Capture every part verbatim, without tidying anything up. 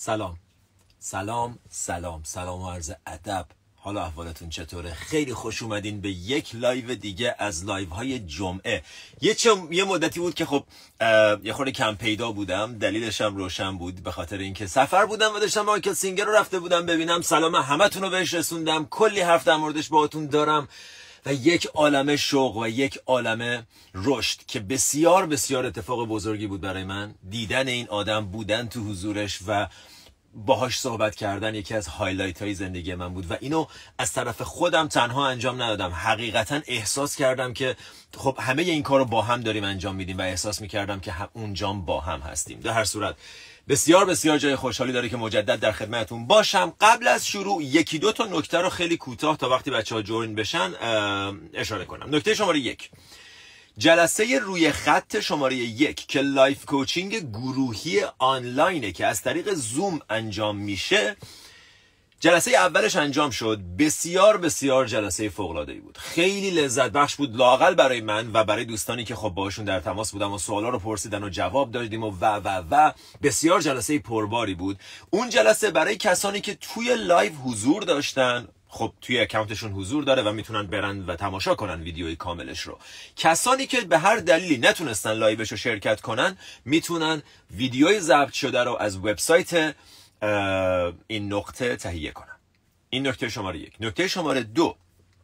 سلام سلام سلام سلام و عرض ادب. حالا احوالتون چطوره؟ خیلی خوش اومدین به یک لایو دیگه از لایو های جمعه. یه چم... یه مدتی بود که خب یه خورده کم پیدا بودم، دلیلش هم روشن بود، به خاطر اینکه سفر بودم و داشتم مایکل سینگر رو رفته بودم ببینم. سلام همتون رو بهش رسوندم، کلی حرف در موردش باهاتون دارم و یک عالمه شوق و یک عالمه رشد که بسیار بسیار اتفاق بزرگی بود برای من. دیدن این آدم، بودن تو حضورش و باهاش صحبت کردن یکی از هایلایت های زندگی من بود و اینو از طرف خودم تنها انجام ندادم. حقیقتا احساس کردم که خب همه این کار رو با هم داریم انجام میدیم و احساس میکردم که اونجام با هم هستیم. در هر صورت بسیار بسیار جای خوشحالی داره که مجدد در خدمتتون باشم. قبل از شروع یکی دو تا نکته رو خیلی کوتاه تا وقتی بچه‌ها جوین بشن اشاره کنم. نکته شماره یک، جلسه روی خط شماره یک که لایف کوچینگ گروهی آنلاینه که از طریق زوم انجام میشه، جلسه اولش انجام شد. بسیار بسیار جلسه فوق‌العاده‌ای بود، خیلی لذت بخش بود، لااقل برای من و برای دوستانی که خب باشون در تماس بودم و سوالا رو پرسیدن و جواب دادیم و و و و بسیار جلسه پرباری بود. اون جلسه برای کسانی که توی لایو حضور داشتن، خب توی اکانتشون حضور داره و میتونن برن و تماشا کنن ویدیوی کاملش رو. کسانی که به هر دلیلی نتونستن لایوش رو شرکت کنن میتونن ویدیوی ضبط شده رو از وبسایت این نقطه تهیه کنن. این نکته شماره یک. نکته شماره دو،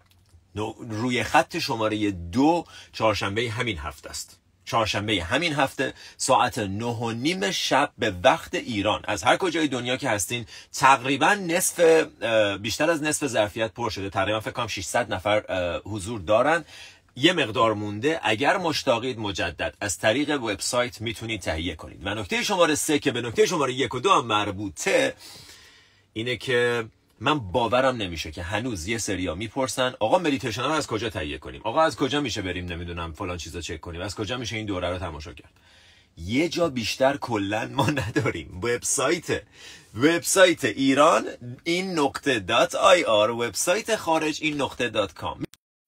روی خط شماره دو چهارشنبه همین هفته است. چهارشنبه همین هفته ساعت نه و نیم شب به وقت ایران. از هر کجای دنیا که هستین تقریبا نصف، بیشتر از نصف ظرفیت پر شده. تقریبا فکر کنم ششصد نفر حضور دارن. یه مقدار مونده. اگر مشتاقید مجدد از طریق وبسایت میتونید تهیه کنید. و نکته شماره سه که به نکته شماره یک و دو هم مربوطه اینه که من باورم نمیشه که هنوز یه سریا میپرسن آقا مدیتیشن رو از کجا تهیه کنیم؟ آقا از کجا میشه بریم نمیدونم فلان چیزا چک کنیم؟ از کجا میشه این دوره رو تماشا کرد؟ یه جا بیشتر کلا ما نداریم. وبسایت وبسایت ایران این نقطه دات آی آر، وبسایت خارج این نقطه دات کام.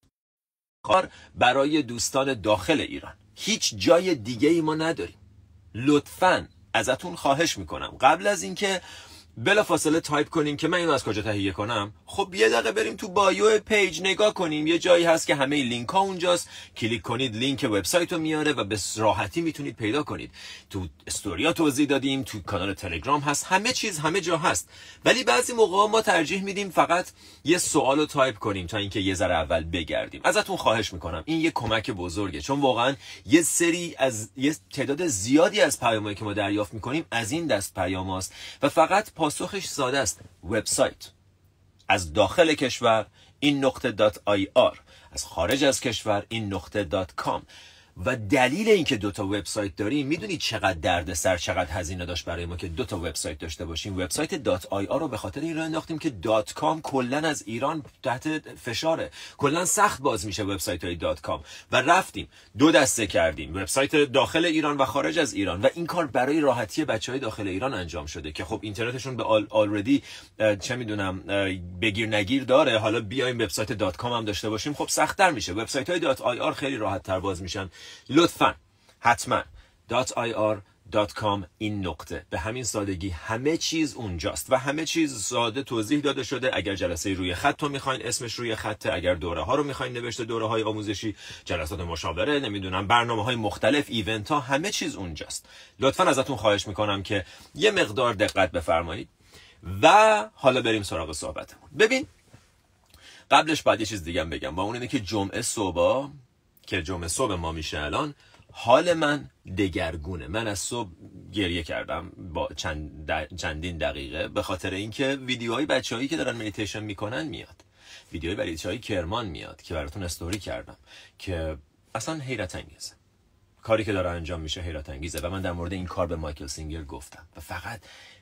برای دوستان داخل ایران هیچ جای دیگه ای ما نداریم. لطفاً ازتون خواهش میکنم قبل از اینکه بلافاصله تایپ کنیم که من اینو از کجا تهیه کنم، خب یه دقیقه بریم تو بایو پیج نگاه کنیم. یه جایی هست که همه لینک ها اونجاست، کلیک کنید لینک وبسایت رو میاره و به راحتی میتونید پیدا کنید. تو استوریا توضیح دادیم، تو کانال تلگرام هست، همه چیز همه جا هست. ولی بعضی موقع ما ترجیح میدیم فقط یه سوال رو تایپ کنیم تا اینکه یه ذره اول بگردیم. ازتون خواهش میکنم، این یه کمک بزرگه، چون واقعا یه سری از یه تعداد زیادی از پیامایی که ما دریافت میکنیم از این دست پیاماست و فقط پاسخش ساده است. وبسایت از داخل کشور این نقطه دات آی آر، از خارج از کشور این نقطه دات کام. و دلیل اینکه دو تا وبسایت داریم، میدونید چقدر دردسر، چقدر هزینه داشت برای ما که دو تا وبسایت داشته باشیم. وبسایت دات آی آر رو به خاطر این راه انداختیم که دات کام کلا از ایران تحت فشاره، کلا سخت باز میشه وبسایت های دات کام و رفتیم دو دسته کردیم، وبسایت داخل ایران و خارج از ایران. و این کار برای راحتی بچهای داخل ایران انجام شده که خب اینترنتشون به آل آلردی چه میدونم بگیر نگیر داره. حالا بیایم وبسایت دات کام هم داشته باشیم، خب سخت‌تر میشه. وبسایت های دات آی آر خیلی راحت تر باز میشن. لطفاً حتما دات آی آر دات کام این نقطه، به همین سادگی همه چیز اونجاست و همه چیز ساده توضیح داده شده. اگر جلسه روی خط رو میخواین اسمش روی خطه، اگر دوره ها رو میخواین نوشته دوره های آموزشی، جلسات مشاوره، نمیدونم برنامه های مختلف، ایونت ها، همه چیز اونجاست. لطفاً ازتون خواهش میکنم که یه مقدار دقت بفرمایید و حالا بریم سراغ صحبتمون. ببین قبلش باید یه چیز دیگه هم بگم، با اون اینه که جمعه صبح که جمعه صبح ما میشه الان، حال من دگرگونه. من از صبح گریه کردم با چند د... چندین دقیقه به خاطر اینکه ویدیوهای بچه‌هایی که دارن مدیتیشن میکنن میاد، ویدیوهای بچه‌های کرمان میاد که براتون استوری کردم که اصلا حیرت انگیزه. کاری که داره انجام میشه حیرت انگیزه و من در مورد این کار به مایکل سینگر گفتم و فقط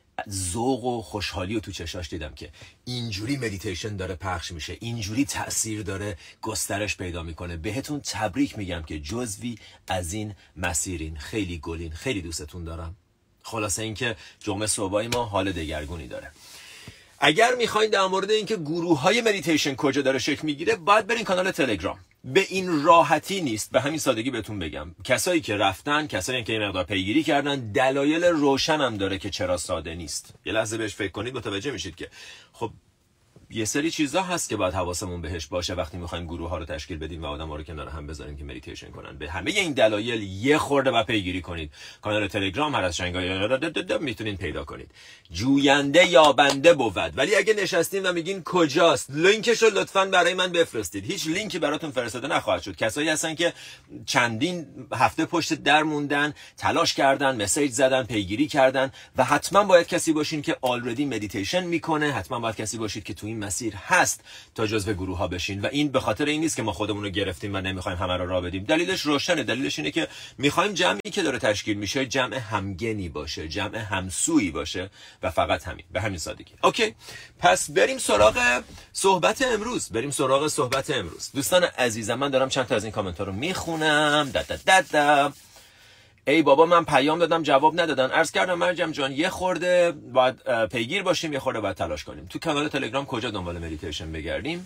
ذوق و خوشحالی رو تو چشاش دیدم که اینجوری مدیتیشن داره پخش میشه، اینجوری تأثیر داره گسترش پیدا میکنه. بهتون تبریک میگم که جزوی از این مسیرین. خیلی گلین، خیلی دوستتون دارم. خلاصه اینکه جمعه صبحای ما حال دگرگونی داره. اگر میخواین در مورد اینکه گروه های مدیتیشن کجا داره شکل میگیره، باید برین کانال تلگرام. به این راحتی نیست. به همین سادگی بهتون بگم کسایی که رفتن، کسایی که این مقدار پیگیری کردن، دلایل روشن هم داره که چرا ساده نیست. یه لحظه بهش فکر کنید متوجه میشید که خب یه سری چیزا هست که باید حواسمون بهش باشه وقتی میخوایم گروه ها رو تشکیل بدیم و آدم‌ها رو کنار هم بذاریم که مدیتیشن کنن. به همه این دلایل یه خورده با پیگیری کنید. کانال تلگرام هر از شنگای میتونین پیدا کنید. جوینده یابنده بود. ولی اگه نشستین و میگین کجاست، لینکش رو لطفاً برای من بفرستید. هیچ لینکی براتون فرستاده نخواهد شد. کسایی هستن که چندین هفته پشت در موندن، تلاش کردن، مسیج زدن، پیگیری کردن و حتما باید کسی باشین که آلردی مدیتیشن میکنه. حتما باید کسی باشید که تو این مسیر هست تا جزو گروه ها بشین و این به خاطر این نیست که ما خودمون رو گرفتیم و نمیخوایم همه رو راه بدیم. دلیلش روشنه. دلیلش اینه که میخوایم جمعی که داره تشکیل میشه جمع همگنی باشه، جمع همسویی باشه و فقط همین. به همین سادگی. اوکی، پس بریم سراغ صحبت امروز. بریم سراغ صحبت امروز. دوستان عزیزم، من دارم چند تا از این کامنت ها رو میخونم. دد دد دد. ای بابا من پیام دادم جواب ندادن. عرض کردم مرجم جان یه خورده باید پیگیر باشیم، یه خورده باید تلاش کنیم. تو کانال تلگرام کجا دنبال مدیتیشن بگردیم؟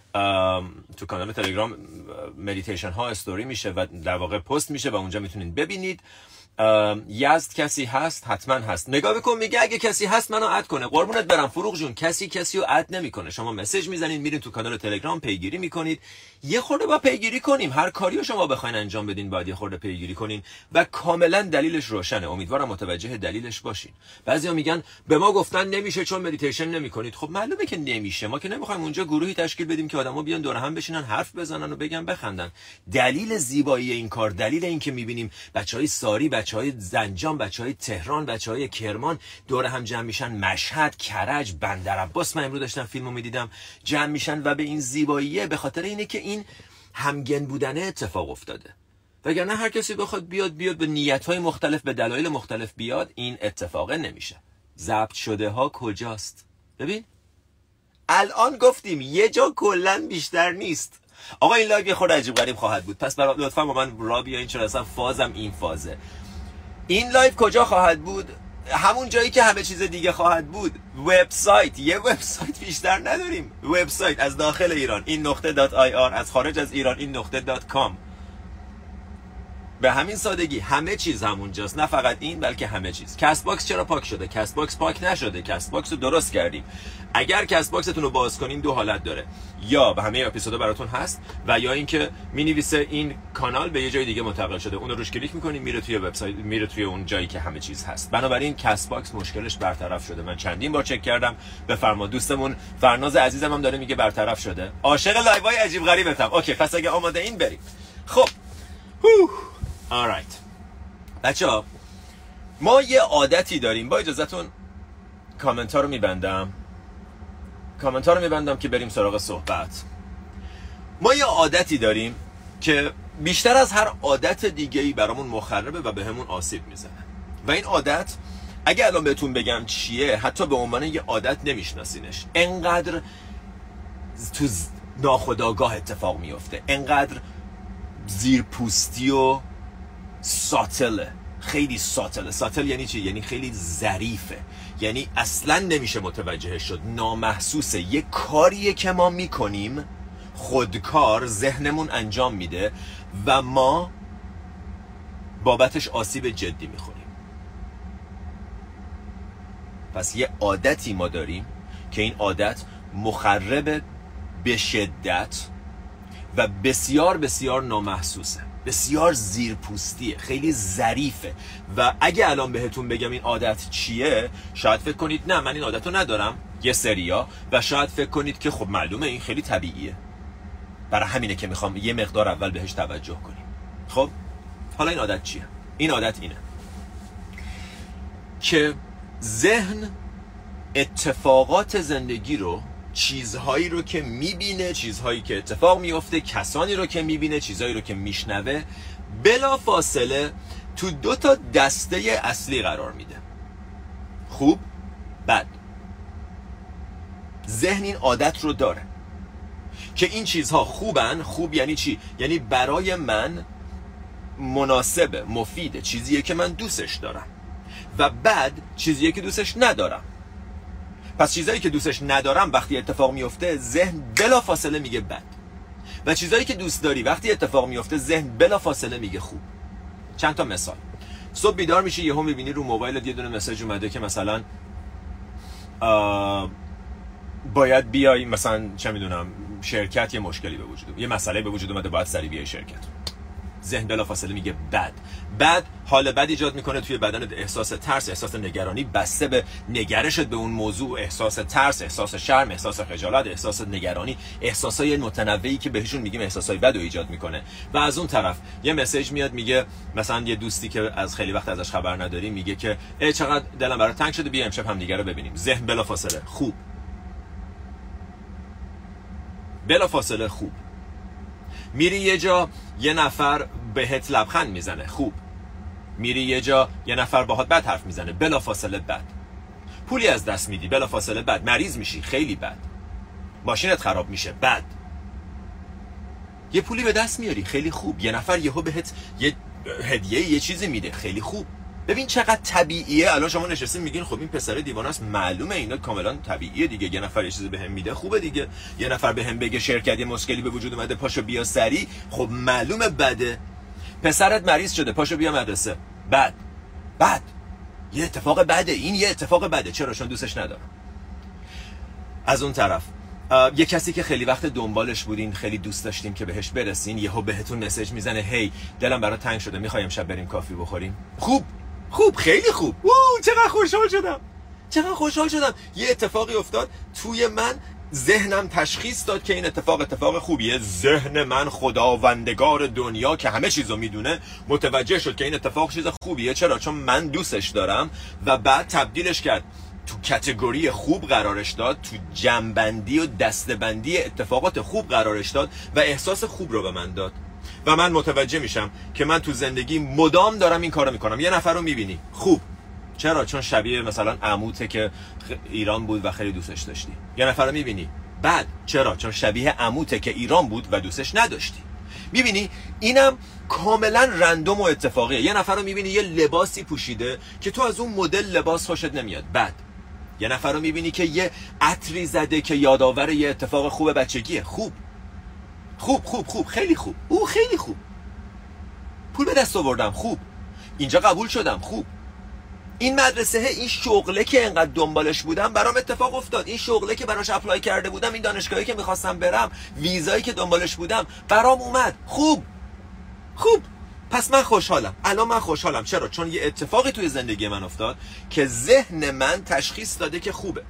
تو کانال تلگرام مدیتیشن ها استوری میشه و در واقع پست میشه و اونجا میتونین ببینید. یزد کسی هست؟ حتما هست. نگاه بکن میگه اگه کسی هست منو اد کنه. قربونت برم فروغ جون، کسی کسی رو اد نمیکنه. شما مسیج میزنید، میرین تو کانال تلگرام پیگیری میکنید. یه خورده با پیگیری کنیم. هر کاری رو شما بخواین انجام بدین باید یه خورده پیگیری کنین و کاملا دلیلش روشنه. امیدوارم متوجه دلیلش باشین. بعضیا میگن به ما گفتن نمیشه چون مدیتیشن نمیکنید. خب معلومه که نمیشه. ما که نمیخوایم اونجا گروهی تشکیل بدیم که آدما بیان دور هم بشینن حرف بزنن و بگن بخندن. دلیل زیبایی این کار، دلیل این که میبینیم بچهای ساری، بچهای زنجان، بچهای تهران، بچهای کرمان دور هم جمع میشن، مشهد، کرج، بندرعباس، من امروز داشتم فیلمو میدیدم، جمع میشن و به این زیباییه به خاطر اینه که این همگن بودن اتفاق افتاده. وگرنه هر کسی بخواد بیاد بیاد به نیت‌های مختلف، به دلایل مختلف بیاد، این اتفاق نمیشه. ضبط شده ها کجاست؟ ببین الان گفتیم یه جا کلا بیشتر نیست. آقا این لایو یه خورده عجیب غریب خواهد بود، پس برای لطفا با من را بیاین چون اصلا فازم این فازه. این لایو کجا خواهد بود؟ همون جایی که همه چیز دیگه خواهد بود. وبسایت. یه وبسایت بیشتر نداریم. وبسایت از داخل ایران این نقطه دات آی آر، از خارج از ایران این نقطه دات کام. به همین سادگی همه چیز همونجاست، نه فقط این بلکه همه چیز. کست باکس چرا پاک شده؟ کست باکس پاک نشده. کست باکس رو درست کردیم. اگر کست باکستون رو باز کنین دو حالت داره، یا به همه اپیزودا براتون هست و یا اینکه می‌نویسه این کانال به یه جای دیگه منتقل شده، اون رو روش کلیک می‌کنین میره توی وبسایت، میره توی اون جایی که همه چیز هست. بنابراین کست باکس مشکلش برطرف شده. من چندین بار چک کردم. بفرما دوستمون فرناز عزیزم هم داره میگه برطرف شده. عاشق لایوهای عجیب غریبتم. اوکی پس اگه آماده این بریم. خب alright بچه‌ها، ما یه عادتی داریم. با اجازهتون کامنت ها رو میبندم کامنت ها رو میبندم که بریم سراغ صحبت. ما یه عادتی داریم که بیشتر از هر عادت دیگه‌ای برامون مخربه و به همون آسیب میزنه و این عادت اگه الان بهتون بگم چیه حتی به عنوان یه عادت نمیشناسینش. انقدر تو ناخودآگاه اتفاق میفته، انقدر زیرپوستی و ساتله، خیلی ساتله. ساتل یعنی چی؟ یعنی خیلی ظریفه، یعنی اصلا نمیشه متوجه شد، نامحسوسه. یه کاریه که ما میکنیم خودکار، ذهنمون انجام میده و ما بابتش آسیب جدی میخوریم. پس یه عادتی ما داریم که این عادت مخرب به شدت و بسیار بسیار نامحسوسه، بسیار زیرپوستیه، خیلی ظریفه و اگه الان بهتون بگم این عادت چیه شاید فکر کنید نه من این عادت رو ندارم، یه سریا، و شاید فکر کنید که خب معلومه این خیلی طبیعیه، برای همینه که میخوام یه مقدار اول بهش توجه کنیم. خب حالا این عادت چیه؟ این عادت اینه که ذهن اتفاقات زندگی رو، چیزهایی رو که میبینه، چیزهایی که اتفاق میفته، کسانی رو که میبینه، چیزهایی رو که میشنوه، بلا فاصله تو دو تا دسته اصلی قرار میده: خوب، بد. ذهن این عادت رو داره که این چیزها خوبن. خوب یعنی چی؟ یعنی برای من مناسبه، مفیده، چیزیه که من دوستش دارم. و بد چیزیه که دوستش ندارم. پس چیزایی که دوستش ندارم وقتی اتفاق میفته ذهن بلا فاصله میگه بد. و چیزایی که دوست داری وقتی اتفاق میفته ذهن بلافاصله میگه خوب. چند تا مثال. صبح بیدار میشی یهو میبینی رو موبایلت یه دونه مسیج اومده که مثلا باید بیای مثلا چه میدونم شرکت یه مشکلی به وجود یه مسئله به وجود اومده باید سریع بیای شرکت. ذهن بلافاصله میگه بد. بد حال بد ایجاد میکنه توی بدنت، احساس ترس، احساس نگرانی بسته به نگرشت به اون موضوع، احساس ترس، احساس شرم، احساس خجالت، احساس نگرانی، احساسای متنوعی که بهشون میگیم احساسای بد رو ایجاد میکنه. و از اون طرف یه مسیج میاد میگه مثلا یه دوستی که از خیلی وقت ازش خبر نداری میگه که ای چقدر دلم برات تنگ شده بیا امشب همدیگه رو ببینیم. ذهن بلافاصله خوب. بلافاصله خوب. میری یه جا یه نفر بهت لبخند میزنه خوب. میری یه جا یه نفر باهات بد حرف میزنه بلافاصله بد. پولی از دست میدی بلافاصله بد. مریض میشی خیلی بد. ماشینت خراب میشه بد. یه پولی به دست میاری خیلی خوب. یه نفر یهو بهت یه هدیه یه چیزی میده خیلی خوب. ببین چقدر طبیعیه. الان شما نشستین میگین خب این پسر دیوانه است، معلومه اینا کاملا طبیعیه دیگه. یه نفر یه چیزی بهم میده خوبه دیگه. یه نفر بهم بگه شرکت یه مشکلی به وجود اومده پاشو بیا سری، خب معلومه بده. پسرت مریض شده پاشو بیا مدرسه، بد. بد. یه اتفاق بده. این یه اتفاق بده. چرا؟ چون دوستش ندارم. از اون طرف یه کسی که خیلی وقت دنبالش بودین، خیلی دوست داشتین که بهش برسین، یهو بهتون مسیج میزنه هی دلم برات تنگ شده میخوایم شب بریم کافی بخوریم. خوب. خوب. خیلی خوب. اوه چقدر خوشحال شدم. چقدر خوشحال شدم. یه اتفاقی افتاد توی من، ذهنم تشخیص داد که این اتفاق اتفاق خوبیه. ذهن من خداوندگار دنیا که همه چیزو میدونه متوجه شد که این اتفاق چیز خوبیه. چرا؟ چون من دوستش دارم و بعد تبدیلش کرد تو کتگوری خوب قرارش داد، تو جمع‌بندی و دسته‌بندی اتفاقات خوب قرارش داد و احساس خوب رو به من داد. و من متوجه میشم که من تو زندگی مدام دارم این کارو میکنم. یه نفر رو میبینی خوب. چرا؟ چون شبیه مثلا عموته که ایران بود و خیلی دوستش داشتی. یه نفر رو میبینی بد. چرا؟ چون شبیه عموته که ایران بود و دوستش نداشتی. میبینی اینم کاملا رندوم و اتفاقیه. یه نفر رو میبینی یه لباسی پوشیده که تو از اون مدل لباس خوشت نمیاد، بد. یه نفر رو میبینی که یه عطری زده که یادآور یه اتفاق خوب بچگیه، خوب. خوب خوب خوب خیلی خوب. او خیلی خوب. پول به دست آوردم، خوب. اینجا قبول شدم، خوب. این مدرسه، این شغله که انقدر دنبالش بودم برام اتفاق افتاد. این شغله که براش اپلای کرده بودم، این دانشگاهی که میخواستم برم، ویزایی که دنبالش بودم برام اومد، خوب. خوب. پس من خوشحالم. الان من خوشحالم. چرا؟ چون یه اتفاقی توی زندگی من افتاد که ذهن من تشخیص داده که خوبه.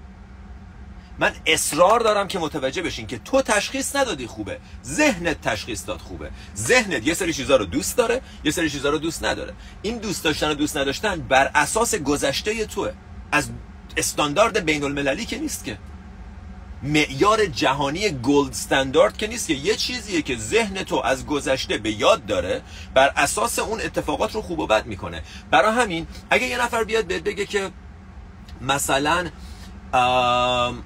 من اصرار دارم که متوجه بشین که تو تشخیص ندادی خوبه، ذهنت تشخیص داد خوبه. ذهنت یه سری چیزا رو دوست داره، یه سری چیزا رو دوست نداره. این دوست داشتن و دوست نداشتن بر اساس گذشته توه. از استاندارد بین المللی که نیست، که معیار جهانی گلد استاندارد که نیست، که یه چیزیه که ذهن تو از گذشته به یاد داره، بر اساس اون اتفاقات رو خوب و بد میکنه. برای همین اگه یه نفر بیاد بهت بگه که مثلا آم...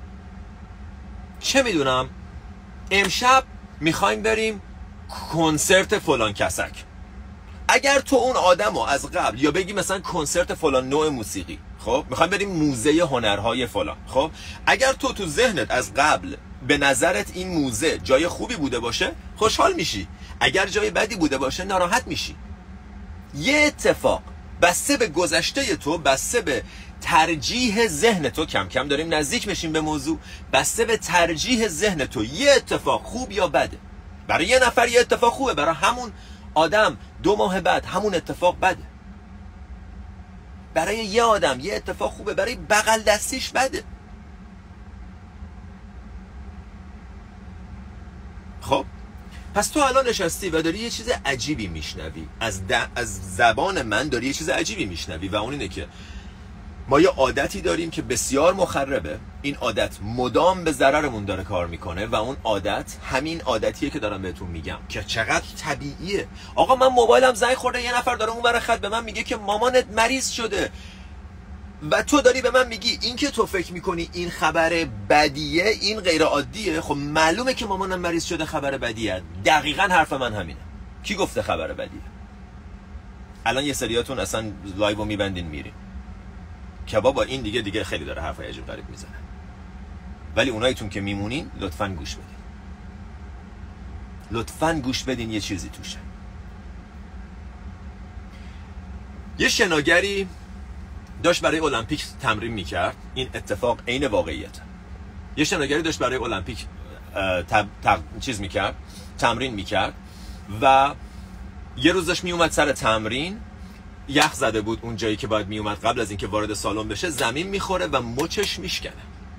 چه میدونم امشب میخوایم بریم کنسرت فلان کسک، اگر تو اون آدمو از قبل، یا بگی مثلا کنسرت فلان نوع موسیقی، خب میخوایم بریم موزه هنرهای فلان، خب اگر تو تو ذهنت از قبل به نظرت این موزه جای خوبی بوده باشه خوشحال میشی، اگر جای بدی بوده باشه ناراحت میشی. یه اتفاق بسته به گذشته تو، بسته به ترجیح ذهن تو، کم کم داریم نزدیک میشیم به موضوع، بسته به ترجیح ذهن تو یه اتفاق خوب یا بده. برای یه نفر یه اتفاق خوبه، برای همون آدم دو ماه بعد همون اتفاق بده. برای یه آدم یه اتفاق خوبه، برای بغل دستیش بده. خب پس تو الان نشستی و داری یه چیز عجیبی میشنوی از, از زبان من، داری یه چیز عجیبی میشنوی و اون اینه که ما یه عادتی داریم که بسیار مخربه. این عادت مدام به ضررمون داره کار میکنه و اون عادت همین عادتیه که دارم بهتون میگم که چقدر طبیعیه. آقا من موبایلم زنگ خورده، یه نفر داره اون ور خط به من میگه که مامانت مریض شده و تو داری به من میگی این که تو فکر میکنی این خبر بدیه، این غیر عادیه. خب معلومه که مامانم مریض شده خبر بدیه. دقیقاً حرف من همینه. کی گفته خبر بدیه؟ الان یه سریاتون اصلا لایو میبندین میرین که بابا این دیگه دیگه خیلی داره حرفای عجیب غریب میزنه. ولی اوناییتون که میمونین لطفاً گوش بدین. لطفاً گوش بدین یه چیزی توشه. یه شناگری داشت برای المپیک تمرین میکرد. این اتفاق عین واقعیته. یه شناگری داشت برای المپیک تب... تب... چیز میکرد تمرین میکرد و یه روز داشت میومد سر تمرین، یخ زده بود اون جایی که باید میومد قبل از اینکه وارد سالن بشه، زمین میخوره و مچش میشکنه.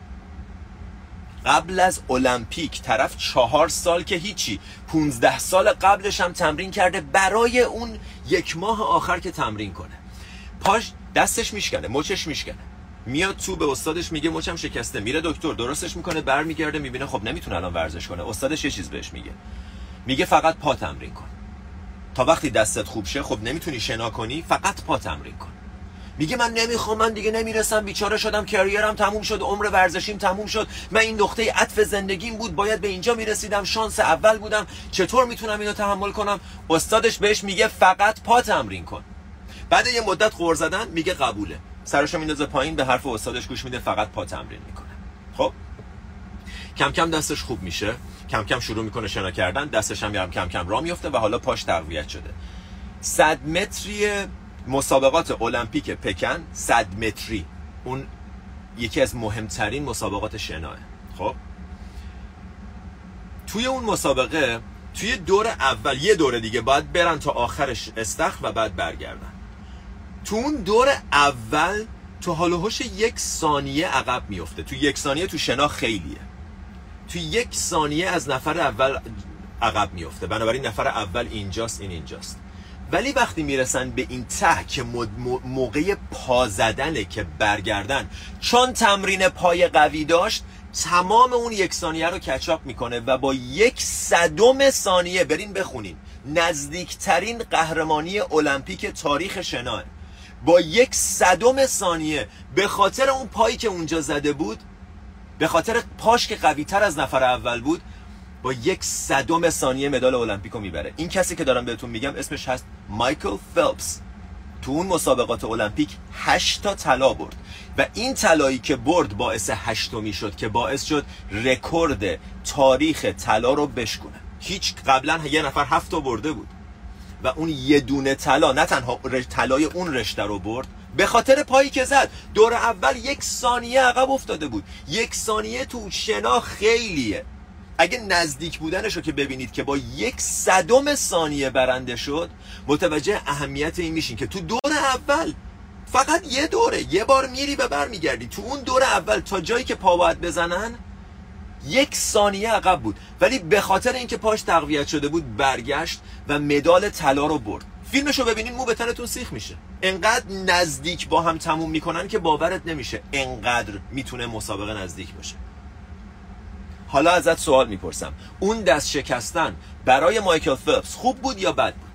قبل از المپیک طرف چهار سال که هیچی، پونزده سال قبلش هم تمرین کرده برای اون یک ماه آخر که تمرین کنه. پاش دستش میشکنه، مچش میشکنه، میاد تو به استادش میگه مچم شکسته، میره دکتر درستش میکنه، برمیگرده میبینه خب نمیتونه الان ورزش کنه. استادش یه چیز بهش میگه، میگه فقط پا تمرین کن تا وقتی دستت خوب شه. خب نمیتونی شنا کنی، فقط پا تمرین کن. میگه من نمیخوام، من دیگه نمیرسم، بیچاره شدم، کریرم تموم شد، عمر ورزشیم تموم شد، من این نقطه عطف زندگیم بود، باید به اینجا میرسیدم، شانس اول بودم، چطور میتونم اینو تحمل کنم؟ استادش بهش میگه فقط پا تمرین کن. بعد یه مدت غر زدن میگه قبوله، سرشو میندازه پایین، به حرف استادش گوش میده، فقط پا تمرین میکنه. خب کم کم دستش خوب میشه، کم کم شروع میکنه شنا کردن، دستش هم کم کم راه میفته و حالا پاش تقویت شده. صد متری مسابقات المپیک پکن، صد متری، اون یکی از مهمترین مسابقات شناه. خب توی اون مسابقه توی دور اول یه دور دیگه باید برن تا آخرش استخر و بعد برگردن. تو اون دور اول تو حال و هوش یک ثانیه عقب میفته. تو یک ثانیه تو شنا خیلیه. تو یک ثانیه از نفر اول عقب میفته، بنابراین نفر اول اینجاست، این اینجاست. ولی وقتی میرسن به این ته که موقع پا زدنه که برگردن، چون تمرین پای قوی داشت، تمام اون یک ثانیه رو کچاپ میکنه و با یک صدم ثانیه، برین بخونین، نزدیکترین قهرمانی المپیک تاریخ شناه، با یک صدم ثانیه به خاطر اون پایی که اونجا زده بود، به خاطر پاش که قوی تر از نفر اول بود، با یک صدم ثانیه مدال المپیکو میبره. این کسی که دارم بهتون میگم اسمش هست مایکل فلپس. تو اون مسابقات المپیک هشت تا طلا برد و این طلایی که برد باعث هشتمی شد که باعث شد رکورد تاریخ طلا رو بشکنه. هیچ قبلا یه نفر هفت تا برده بود و اون یه دونه طلا، نه تنها طلای اون رشته رو برد، به خاطر پایی که زد. دور اول یک ثانیه عقب افتاده بود. یک ثانیه تو شنا خیلیه. اگه نزدیک بودنش رو که ببینید که با یک صدم ثانیه برنده شد، متوجه اهمیت این میشین که تو دور اول فقط یه دوره، یه بار میری و برمیگردی. تو اون دور اول تا جایی که پا باید بزنن یک ثانیه عقب بود، ولی به خاطر اینکه پاش تقویت شده بود برگشت و مدال طلا رو برد. فیلمشو ببینین مو به تنتون سیخ میشه. انقدر نزدیک با هم تموم میکنن که باورت نمیشه انقدر میتونه مسابقه نزدیک باشه. حالا ازت سوال میپرسم، اون دست شکستن برای مایکل فلپس خوب بود یا بد بود؟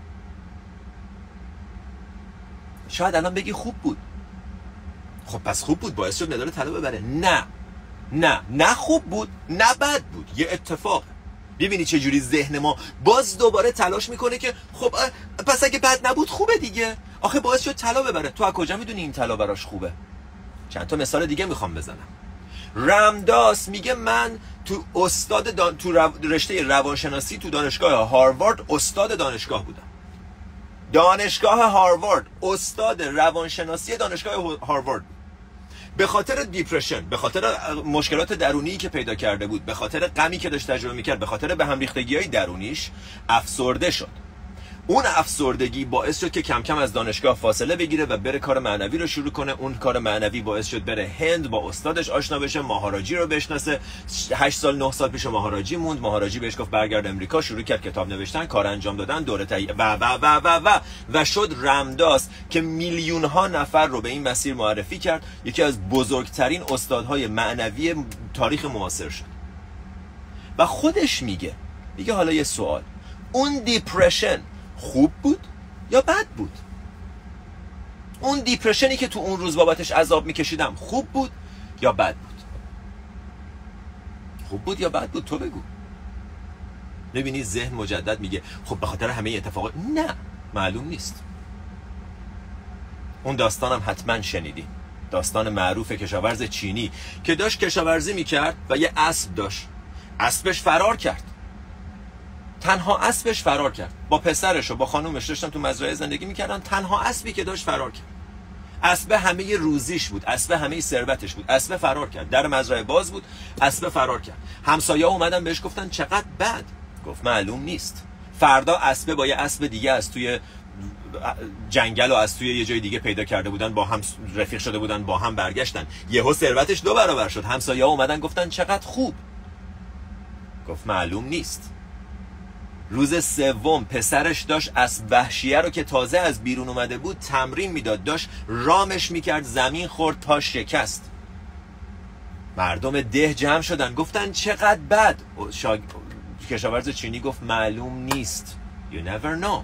شاید الان بگی خوب بود. خب پس خوب بود، باعث شد مدال طلا ببره. نه نه نه خوب بود، نه بد بود، یه اتفاق. ببینی چه جوری ذهن ما باز دوباره تلاش میکنه که خب پس اگه بد نبود خوبه دیگه، آخه باعث شد طلا ببره. تو از کجا میدونی این طلا براش خوبه؟ چند تا مثال دیگه میخوام بزنم. رامداس میگه من تو استاد دان... تو رو... رشته روانشناسی تو دانشگاه هاروارد استاد دانشگاه بودم. دانشگاه هاروارد استاد روانشناسی دانشگاه هاروارد. به خاطر دیپرشن، به خاطر مشکلات درونی که پیدا کرده بود، به خاطر غمی که داشت تجربه میکرد، به خاطر به هم ریختگی‌های درونیش افسرده شد. اون افسردگی باعث شد که کم کم از دانشگاه فاصله بگیره و بره کار معنوی رو شروع کنه. اون کار معنوی باعث شد بره هند، با استادش آشنا بشه، ماهاراجی رو بشناسه. هشت سال نه سال پیش ماهاراجی موند. ماهاراجی بهش گفت برگرد امریکا، شروع کرد کتاب نوشتن، کار انجام دادن، دوره تهیه و و و و و و شد رامداس که میلیون ها نفر رو به این مسیر معرفی کرد. یکی از بزرگترین استادهای معنوی تاریخ معاصر شد. و خودش میگه میگه حالا یه سوال، اون دیپرشن خوب بود یا بد بود؟ اون دیپرشنی که تو اون روز بابتش عذاب میکشیدم خوب بود یا بد بود؟ خوب بود یا بد بود؟ تو بگو. ببینی ذهن مجدد میگه خب به خاطر همه اتفاقات. نه، معلوم نیست. اون داستانم حتما شنیدی، داستان معروف کشاورز چینی که داشت کشاورزی میکرد و یه اسب داشت. اسبش فرار کرد. تنها اسبش فرار کرد. با پسرش و با خانومش داشتن تو مزرعه زندگی میکردن، تنها اسبی که داشت فرار کرد. اسب همه روزیش بود، اسب همه ثروتش بود، اسب فرار کرد. در مزرعه باز بود، اسب فرار کرد. همسایه‌ها اومدن بهش گفتن چقدر بد. گفت معلوم نیست. فردا اسب با یه اسب دیگه از توی جنگل و از توی یه جای دیگه پیدا کرده بودن، با هم رفیق شده بودن، با هم برگشتن. یهو ثروتش دو برابر شد. همسایه‌ها اومدن گفتن چقدر خوب. گفت معلوم نیست. روز سوم پسرش داشت اسب وحشیه رو که تازه از بیرون اومده بود تمرین میداد، داشت رامش میکرد، زمین خورد، پا شکست. مردم ده جمع شدن گفتن چقدر بد. شاگ... کشاورز چینی گفت معلوم نیست. You never know.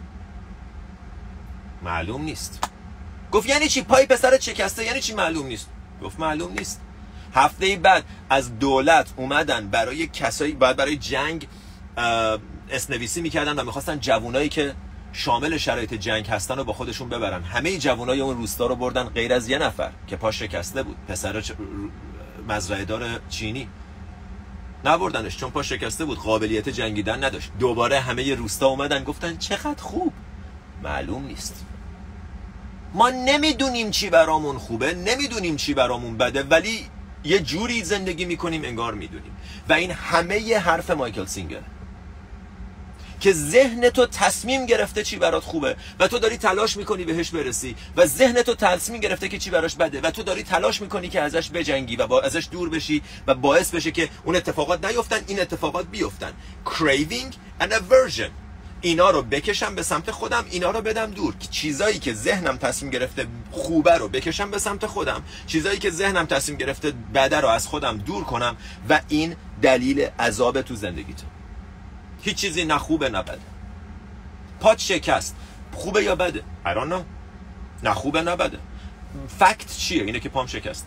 معلوم نیست. گفت یعنی چی پای پسرت شکسته؟ یعنی چی معلوم نیست؟ گفت معلوم نیست. هفته بعد از دولت اومدن برای کسایی بعد برای جنگ اسنویسی میکردن و میخواستن جوانایی که شامل شرایط جنگ هستن رو با خودشون ببرن. همه جوانای اون روستا رو بردن غیر از یه نفر که پاش شکسته بود، پسر مزرعه دار چینی. نبردنش چون پاش شکسته بود، قابلیت جنگیدن نداشت. دوباره همه روستا اومدن گفتن چقدر خوب. معلوم نیست. ما نمیدونیم چی برامون خوبه، نمیدونیم چی برامون بده، ولی یه جوری زندگی میکنیم انگار میدونیم. و این همه ی حرف مایکل سینگر که ذهن تو تصمیم گرفته چی برات خوبه و تو داری تلاش میکنی بهش برسی، و ذهن تو تصمیم گرفته که چی براش بده و تو داری تلاش میکنی که ازش بجنگی و با ازش دور بشی و باعث بشه که اون اتفاقات نیفتن، این اتفاقات بیفتن. craving and aversion. اینا رو بکشم به سمت خودم، اینا رو بدم دور. چیزایی که ذهنم تصمیم گرفته خوبه رو بکشم به سمت خودم، چیزایی که ذهنم تصمیم گرفته بده رو از خودم دور کنم، و این دلیل عذاب تو زندگیته. هیچ چیزی نه خوبه نه بده. پات شکست خوبه یا بده؟ I don't know. نه خوبه نه بده. فکت چیه؟ اینه که پام شکسته.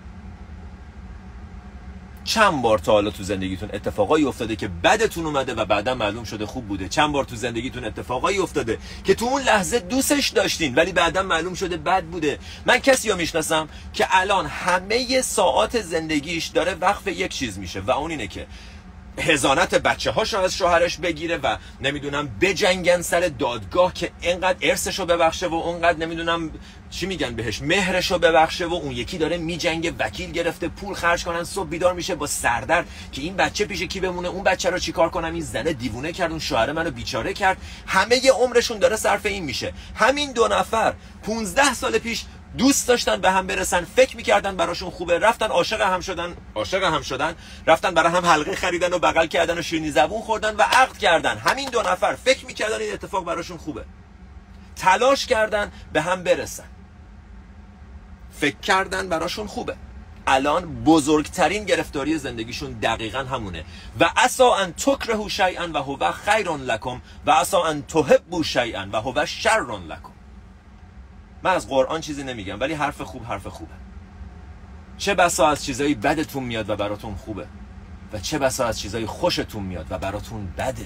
چند بار تا حالا تو زندگیتون اتفاقایی افتاده که بدتون اومده و بعدا معلوم شده خوب بوده؟ چند بار تو زندگیتون اتفاقایی افتاده که تو اون لحظه دوستش داشتین ولی بعدا معلوم شده بد بوده؟ من کسی رو میشناسم که الان همه ساعات زندگیش داره وقف یک چیز میشه و اون اینه که حضانت بچه هاشو از شوهرش بگیره و نمیدونم بجنگن سر دادگاه که اینقدر ارثشو ببخشه و اونقدر نمیدونم چی میگن بهش مهرشو ببخشه، و اون یکی داره میجنگه، وکیل گرفته، پول خرج کنن، صبح بیدار میشه با سردرد که این بچه پیش کی بمونه، اون بچه رو چیکار کنم، این زنه دیوونه کرد، اون شوهر منو بیچاره کرد. همه ی عمرشون داره صرف این میشه. همین دو نفر پونزده سال پیش دوست داشتن به هم برسن، فکر میکردن براشون خوبه، رفتن عاشق هم شدن، عاشق هم شدن، رفتن برای هم حلقه خریدن و بغل کردن و شیرینی زبون خوردن و عقد کردن. همین دو نفر فکر میکردن این اتفاق براشون خوبه، تلاش کردن به هم برسن، فکر کردن براشون خوبه. الان بزرگترین گرفتاری زندگیشون دقیقاً همونه. و عسا ان تکرهوا شیئا و هو خیر لکم و عسا ان تحبوا شیئا و هو شر لکم. من از قرآن چیزی نمیگم، ولی حرف خوب حرف خوبه. چه بسا از چیزایی بدتون میاد و براتون خوبه، و چه بسا از چیزایی خوشتون میاد و براتون بده.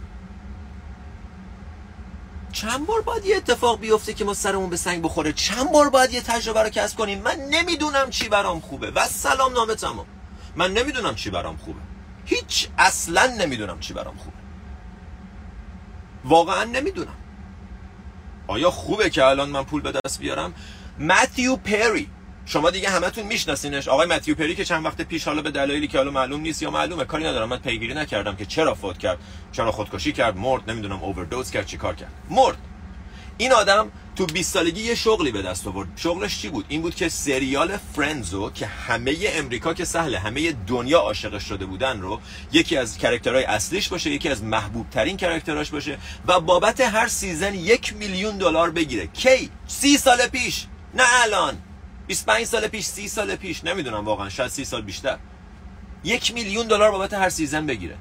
چند بار باید یه اتفاق بیفته که ما سرمون به سنگ بخوره؟ چند بار باید یه تجربه رو کسب کنیم؟ من نمیدونم چی برام خوبه و سلام نامه تمام. من نمیدونم چی برام خوبه، هیچ، اصلا نمیدونم چی برام خوبه، واقعا نمیدونم. آیا خوبه که الان من پول به دست بیارم؟ متیو پری، شما دیگه همتون میشناسینش، آقای متیو پری که چند وقت پیش حالا به دلایلی که حالا معلوم نیست یا معلومه، کاری ندارم، من پیگیری نکردم که چرا فوت کرد، چرا خودکشی کرد، مرد، نمیدونم اووردوز کرد، چیکار کرد، مرد. این آدم تو بیست سالگی یه شغلی به دست آورد. شغلش چی بود؟ این بود که سریال فرندزو که همه امریکا که سهله، همه دنیا عاشقش شده بودن رو، یکی از کاراکترهای اصلیش باشه، یکی از محبوب ترین کاراکتراش باشه و بابت هر سیزن یک میلیون دلار بگیره. کی؟ سی سال پیش، نه الان، بیست و پنج سال پیش، سی سال پیش، نمیدونم واقعا، شاید سی سال بیشتر. یک میلیون دلار بابت هر سیزن بگیره.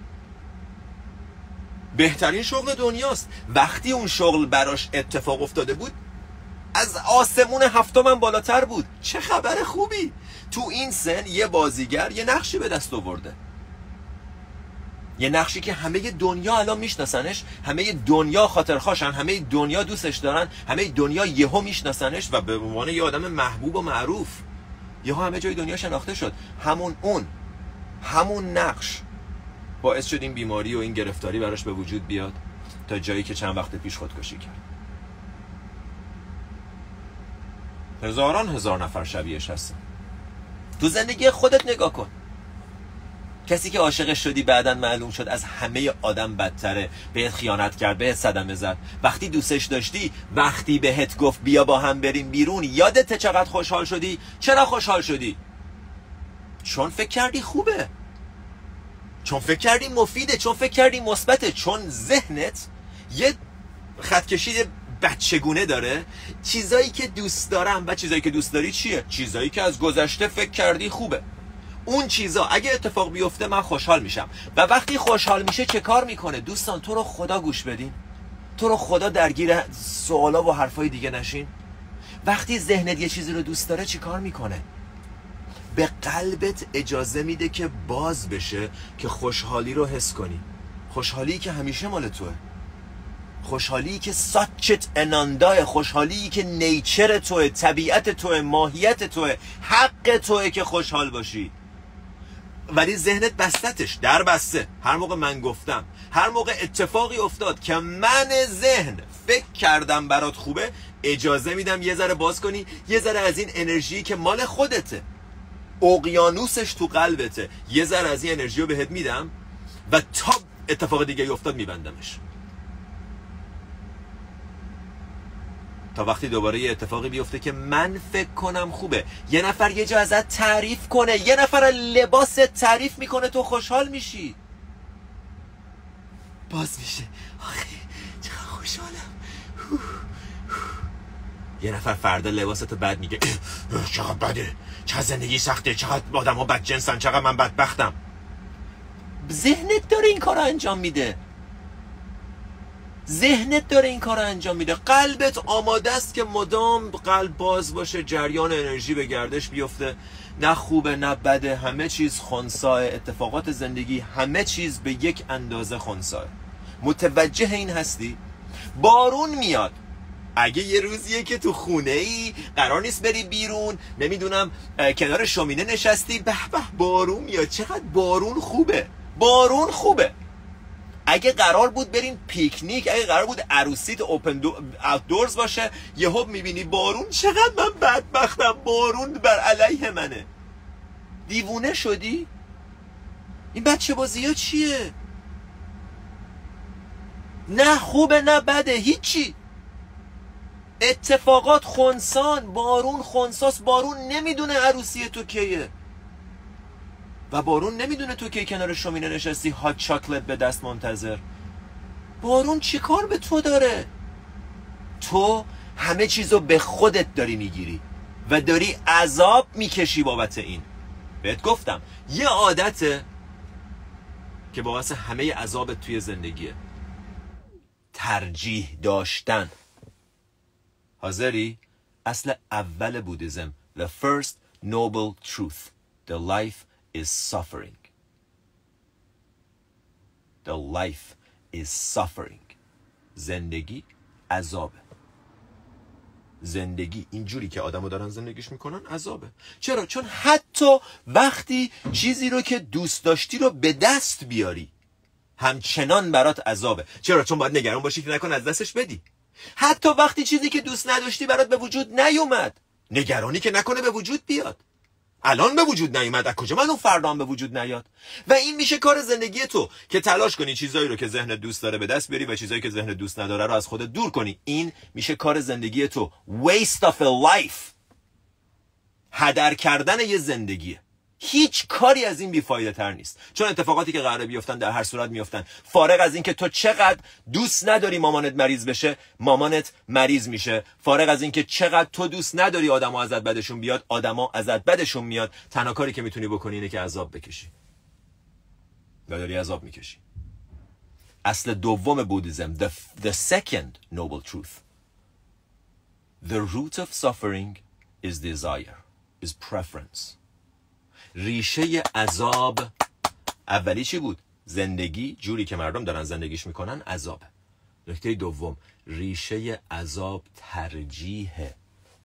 بهترین شغل دنیاست. وقتی اون شغل براش اتفاق افتاده بود از آسمون هفتم بالاتر بود. چه خبر خوبی. تو این سن یه بازیگر یه نقشی به دست آورده، یه نقشی که همه دنیا الان میشناسنش، همه دنیا خاطرخواشن، همه دنیا دوستش دارن، همه دنیا یهو میشناسنش و به عنوان یه آدم محبوب و معروف یهو همه جای دنیا شناخته شد. همون اون همون نقش باعث شد این بیماری و این گرفتاری براش به وجود بیاد تا جایی که چند وقت پیش خودکشی کرد. هزاران هزار نفر شبیهش هستن. تو زندگی خودت نگاه کن. کسی که عاشقش شدی بعداً معلوم شد از همه آدم بدتره، بهت خیانت کرد، بهت صدمه زد. وقتی دوستش داشتی، وقتی بهت گفت بیا با هم بریم بیرون، یادت چقدر خوشحال شدی؟ چرا خوشحال شدی؟ چون فکر کردی خوبه، چون فکر کردی مفیده، چون فکر کردی مثبته، چون ذهنت یه خط کشید بچگونه داره. چیزایی که دوست دارم و چیزایی که دوست داری چیه؟ چیزایی که از گذشته فکر کردی خوبه. اون چیزا اگه اتفاق بیفته من خوشحال میشم. و وقتی خوشحال میشه چه کار میکنه؟ دوستان تو رو خدا گوش بدین، تو رو خدا درگیر سوالا و حرفای دیگه نشین. وقتی ذهنت یه چیزی رو دوست داره چی کار میکنه؟ به قلبت اجازه میده که باز بشه که خوشحالی رو حس کنی. خوشحالی که همیشه مال توه، خوشحالی که ساچت اناندای، خوشحالی که نیچر توه، طبیعت توه، ماهیت توه، حق توه که خوشحال باشی. ولی ذهنت بستتش، در بسته. هر موقع من گفتم، هر موقع اتفاقی افتاد که من ذهن فکر کردم برات خوبه، اجازه میدم یه ذره باز کنی، یه ذره از این انرژی که مال خودته، اقیانوسش تو قلبته، یه ذره از این انرژی رو بهت میدم و تا اتفاق دیگه افتاد میبندمش. تا وقتی دوباره یه اتفاقی بیفته که من فکر کنم خوبه، یه نفر یه جا ازت تعریف کنه، یه نفر لباست تعریف میکنه، تو خوشحال میشی، باز میشه آخه چقدر خوشحالم. یه نفر فردا لباستو بد میگه، چقدر بده، چقدر زندگی سخته، چقدر آدم ها بدجنسن، چقدر من بدبختم. ذهنت داره این کار رو انجام میده، ذهنت داره این کار رو انجام میده. قلبت آماده است که مدام قلب باز باشه، جریان انرژی به گردش بیفته. نه خوبه نه بده، همه چیز خنثی، اتفاقات زندگی همه چیز به یک اندازه خنثی. متوجه این هستی؟ بارون میاد، اگه یه روزیه که تو خونه ای قرار نیست بری بیرون، نمیدونم کنار شومینه نشستی، به به بارون میاد، چقدر بارون خوبه، بارون خوبه. اگه قرار بود برین پیکنیک، اگه قرار بود عروسیت اوپن اوتدورز باشه، یهو میبینی بارون، چقدر من بدبختم، بارون بر علیه منه. دیوونه شدی؟ این بچه بازی ها چیه؟ نه خوبه نه بده، هیچی. اتفاقات خنثان، بارون خنثاست، بارون نمیدونه عروسی تو کیه و بارون نمیدونه تو کی کنار شومینه نشستی هات چاکلت به دست منتظر. بارون چی کار به تو داره؟ تو همه چیزو به خودت داری میگیری و داری عذاب میکشی بابت این. بهت گفتم یه عادته که باعث همه عذابت توی زندگیه، ترجیح داشتن. حاضری؟ اصل اول بودیزم، the first noble truth, the life is suffering. The life is suffering. زندگی عذابه. زندگی اینجوری که آدمو دارن زندگیش میکنن عذابه. چرا؟ چون حتی وقتی چیزی رو که دوست داشتی رو به دست بیاری همچنان برات عذابه. چرا؟ چون باید نگران باشی که نکن از دستش بدی. حتی وقتی چیزی که دوست نداشتی برات به وجود نیومد، نگرانی که نکنه به وجود بیاد. الان به وجود نیومد، از کجا من اون فردا هم به وجود نیاد؟ و این میشه کار زندگی تو که تلاش کنی چیزایی رو که ذهنت دوست داره به دست بری و چیزایی که ذهنت دوست نداره رو از خودت دور کنی. این میشه کار زندگی تو. waste of a life، هدر کردن یه زندگیه. هیچ کاری از این بیفایده تر نیست، چون اتفاقاتی که قراره بیفتن در هر صورت میفتن. فارغ از این که تو چقدر دوست نداری مامانت مریض بشه، مامانت مریض میشه. فارغ از این که چقدر تو دوست نداری آدما ازت بدشون بیاد، آدما ازت بدشون میاد. تنها کاری که میتونی بکنی اینه که عذاب بکشی و داری عذاب میکشی. اصل دوم بودیزم، the, the second noble truth, the root of suffering is desire, is preference. ریشه عذاب اولی چی بود؟ زندگی جوری که مردم دارن زندگیش میکنن عذابه. نکته دوم، ریشه عذاب ترجیحه.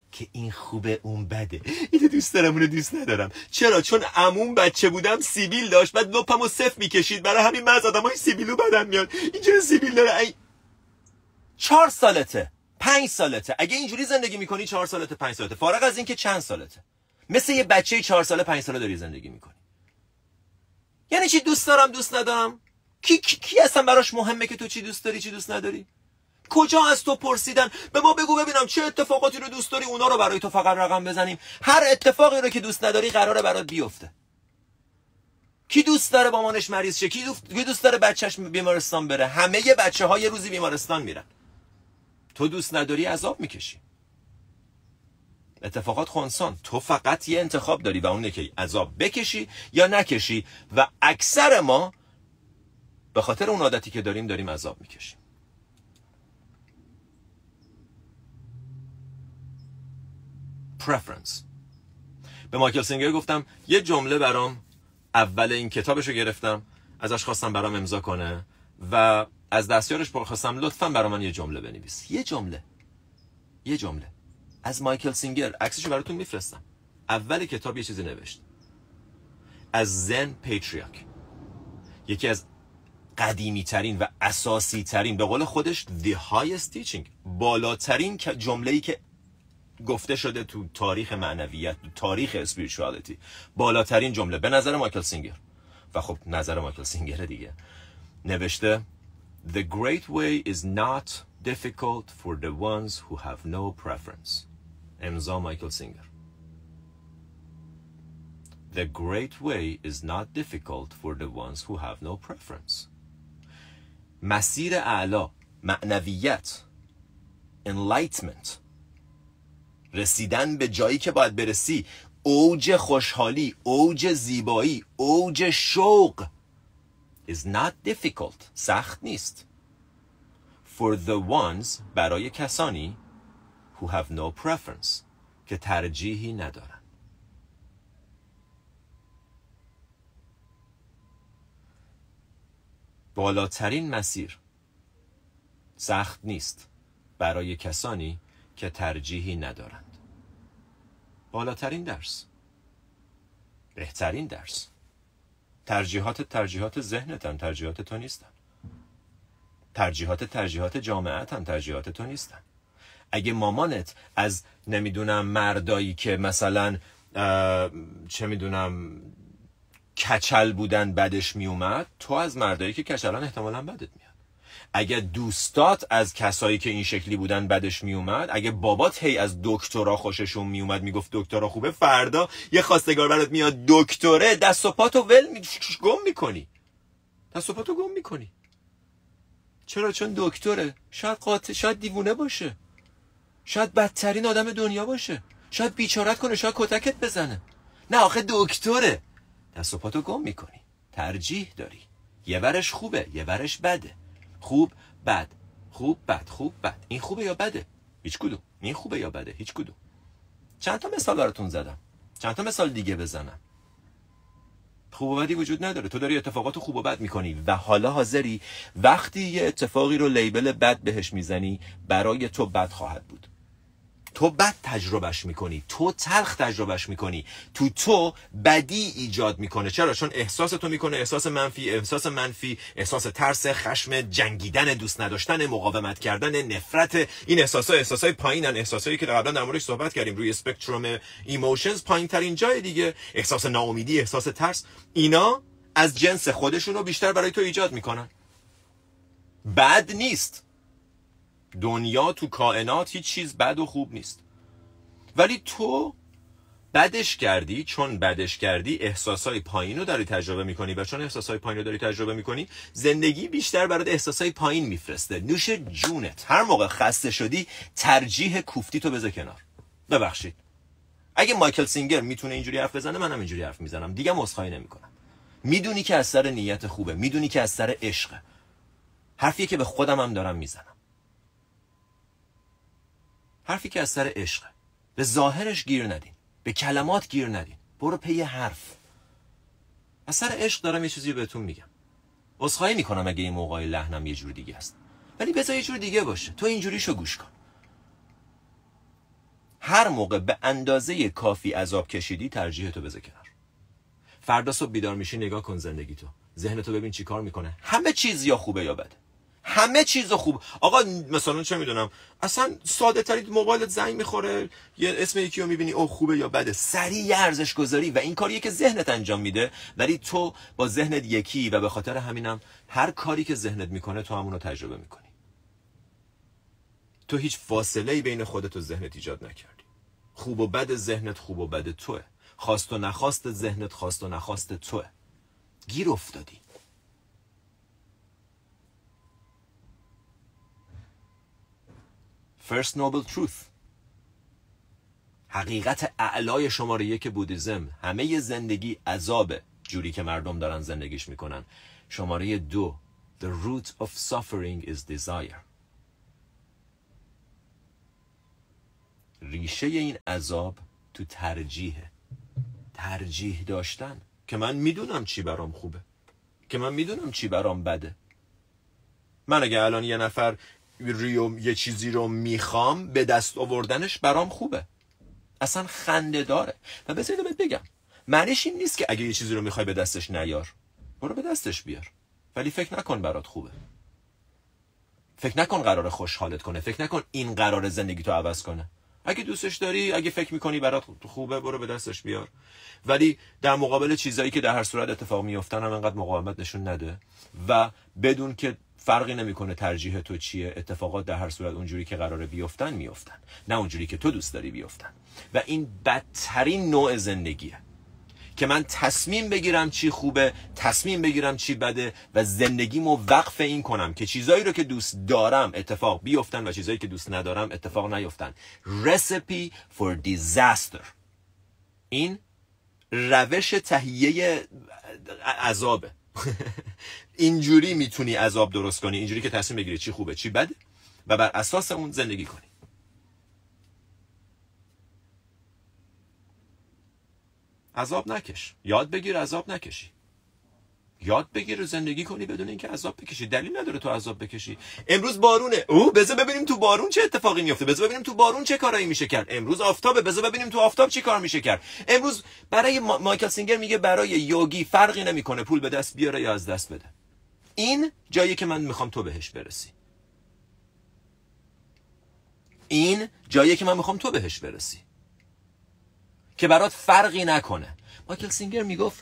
که این خوبه اون بده، اینو دوست دارم اونو دوست ندارم. چرا؟ چون عموم بچه بودم سیبیل داشت، بعد لپمو صفر میکشید، برای همین من از آدمای سیبیلو بدم میاد. اینجوری سیبیل داره. ای چهار سالته، پنج سالته، اگه اینجوری زندگی میکنی چهار سالته، پنج سالته، فارغ از این که چند سالته، مثل یه بچه چهار ساله پنج ساله داری زندگی میکنی. یعنی چی دوست دارم دوست ندارم؟ کی کی, کی اصلا براش مهمه که تو چی دوست داری چی دوست نداری؟ کجا از تو پرسیدن به ما بگو ببینم چه اتفاقاتی رو دوست داری، اونا رو برای تو فقط رقم بزنیم. هر اتفاقی رو که دوست نداری قراره برات بیفته. کی دوست داره مامانش مریض شه؟ کی دوست, کی دوست داره بچهش بیمارستان بره؟ همه ی بچه‌ها یه روزی بیمارستان میرن. تو دوست نداری عذاب میکشی. اتفاقات خونسان. تو فقط یه انتخاب داری و اونه که عذاب بکشی یا نکشی و اکثر ما به خاطر اون عادتی که داریم داریم عذاب میکشیم. preference. به مایکل سینگر گفتم یه جمله برام، اول این کتابشو گرفتم ازش خواستم برام امضا کنه و از دستیارش خواستم لطفاً برام من یه جمله بنویس. یه جمله یه جمله از مایکل سینگر، عکسشو براتون میفرستم. اول کتاب یه چیزی نوشت از زن پیتریاک، یکی از قدیمی ترین و اساسی ترین، به قول خودش the highest teaching، بالاترین جمله‌ای که گفته شده تو تاریخ معنویت، تو تاریخ اسپریچوالity، بالاترین جمله به نظر مایکل سینگر و خب نظر مایکل سینگر دیگه. نوشته The great way is not difficult for the ones who have no preference. امضا مایکل سینگر. The great way is not difficult for the ones who have no preference. مسیر اعلا، معنویت، enlightenment، رسیدن به جایی که باید برسی، اوج خوشحالی، اوج زیبایی، اوج شوق is not difficult، سخت نیست. For the ones، برای کسانی who have no preference، که ترجیحی ندارن. بالاترین مسیر سخت نیست برای کسانی که ترجیحی ندارند. بالاترین درس، بهترین درس. ترجیحات ترجیحات ذهنتن، ترجیحات تو نیستن. ترجیحات ترجیحات جامعتن، ترجیحات تو نیستن. اگه مامانت از نمیدونم مردایی که مثلا چه میدونم کچل بودن بدش میومد، تو از مردایی که کچلن احتمالاً بدت میاد. اگه دوستات از کسایی که این شکلی بودن بدش میومد، اگه بابات هی از دکترا خوششون میومد میگفت دکترا خوبه، فردا یه خواستگار برات میاد دکتره، دست و پاتو ول می... گم میکنی. دست و پاتو گم میکنی. چرا؟ چون دکتره. شاید قاطع، شاید دیوونه باشه، شاید بدترین آدم دنیا باشه، شاید بیچارت کنه، شاید کتکت بزنه. نه آخه دکتره. دست و پاتو گم میکنی. ترجیح داری. یه ورش خوبه، یه ورش بده. خوب بد، خوب بد، خوب بد. این خوبه یا بده؟ هیچ کدوم. این خوبه یا بده؟ هیچ کدوم. چند تا مثال براتون زدم، چند تا مثال دیگه بزنم. خوب و بدی وجود نداره. تو داری اتفاقات خوب و بد میکنی و حالا حاضری وقتی یه اتفاقی رو لیبل بد بهش میزنی، برای تو بد خواهد بود. تو بد تجربهش میکنی، تو تلخ تجربهش میکنی، تو تو بدی ایجاد میکنه. چرا؟ چون احساس تو میکنه احساس منفی، احساس منفی، احساس ترس، خشم، جنگیدن، دوست نداشتن، مقاومت کردن، نفرت. این احساسا احساسای پایینن، احساسایی که قبلا در موردش صحبت کردیم، روی اسپکتروم ایموشنز پایین ترین جای دیگه. احساس ناامیدی، احساس ترس، اینا از جنس خودشون رو بیشتر برای تو ایجاد میکنن. بد نیست. دنیا تو کائنات هیچ چیز بد و خوب نیست، ولی تو بدش کردی. چون بدش کردی احساسای پایین رو داری تجربه میکنی و چون احساسای پایین رو داری تجربه میکنی، زندگی بیشتر برات احساسای پایین میفرسته. نوش جونت. هر موقع خسته شدی ترجیح کوفتی تو بذار کنار. ببخشید، اگه مایکل سینگر میتونه اینجوری حرف بزنه، منم اینجوری حرف میزنم دیگه، عذرخواهی نمیکنم. میدونی که از سر نیت خوبه، میدونی که از سر عشقه. حرفیه که به خودم هم دارم میزنم، حرفی که از سر عشقه. به ظاهرش گیر ندین، به کلمات گیر ندین، برو پی حرف. از سر عشق دارم یه چیزی بهتون میگم. عذرخواهی میکنم اگه این موقع لحنم یه جور دیگه است، ولی بذار یه جور دیگه باشه. تو اینجوریشو گوش کن. هر موقع به اندازه کافی عذاب کشیدی ترجیح تو بذار کنار. فردا صبح بیدار میشی نگاه کن زندگی تو، ذهن تو ببین چی کار میکنه. همه چیز یا خوبه یا بده، همه چیز خوب. آقا مثلا چه میدونم، اصلا ساده ترین موبایلت زنگ میخوره، یه اسم یکی رو میبینی او خوبه یا بده، سریع ارزش گذاری و این کاریه که ذهنت انجام میده، ولی تو با ذهنت یکی و به خاطر همینم هر کاری که ذهنت میکنه تو همون رو تجربه میکنی. تو هیچ فاصله‌ای بین خودت و ذهنت ایجاد نکردی. خوب و بد ذهنت خوب و بد توئه، خواست و نخواست ذهنت خواست و نخواست توئه. گیر افتادی. First Noble Truth، حقیقت اعلای شماره یک بودیزم، همه زندگی عذابه جوری که مردم دارن زندگیش میکنن. شماره دو، The root of suffering is desire. ریشه این عذاب تو ترجیحه، ترجیح داشتن که من میدونم چی برام خوبه، که من میدونم چی برام بده. من اگه الان یه نفر ریو یه چیزی رو میخوام، به دست آوردنش برام خوبه، اصلا خنده داره. و بذارید بهت بگم، معنیش این نیست که اگه یه چیزی رو میخوای به دستش نیار، برو به دستش بیار، ولی فکر نکن برات خوبه، فکر نکن قراره خوشحالت کنه، فکر نکن این قراره زندگی تو عوض کنه. اگه دوستش داری، اگه فکر میکنی برات خوبه، برو به دستش بیار، ولی در مقابل چیزایی که در هر صورت اتفاق میافتن هم انقدر مقاومت نشون نده و بدون که فرقی نمیکنه ترجیح تو چیه، اتفاقات در هر صورت اونجوری که قراره بیفتن میافتن، نه اونجوری که تو دوست داری بیافتن. و این بدترین نوع زندگیه که من تصمیم بگیرم چی خوبه، تصمیم بگیرم چی بده و زندگیمو وقف این کنم که چیزایی رو که دوست دارم اتفاق بیفتن و چیزایی که دوست ندارم اتفاق نیفتن. Recipe for disaster. این روش تهیه عذابه. اینجوری میتونی عذاب درست کنی، اینجوری که تصمیم بگیری چی خوبه چی بده و بر اساس اون زندگی کنی. عذاب نکش، یاد بگیر عذاب نکشی، یاد بگیر زندگی کنی بدون اینکه عذاب بکشی. دلیل نداره تو عذاب بکشی. امروز بارونه، او بذار ببینیم تو بارون چه اتفاقی میفته، بذار ببینیم تو بارون چه کارایی میشه کرد. امروز آفتابه، بذار ببینیم تو آفتاب چی کار میشه کرد. امروز برای ما... مایکل سینگر میگه برای یوگی فرقی نمیکنه پول به دست بیاره یا از دست بده. این جایی که من میخوام تو بهش برسی، این جایی که من میخوام تو بهش برسی که برات فرقی نکنه. مایکل سینگر میگفت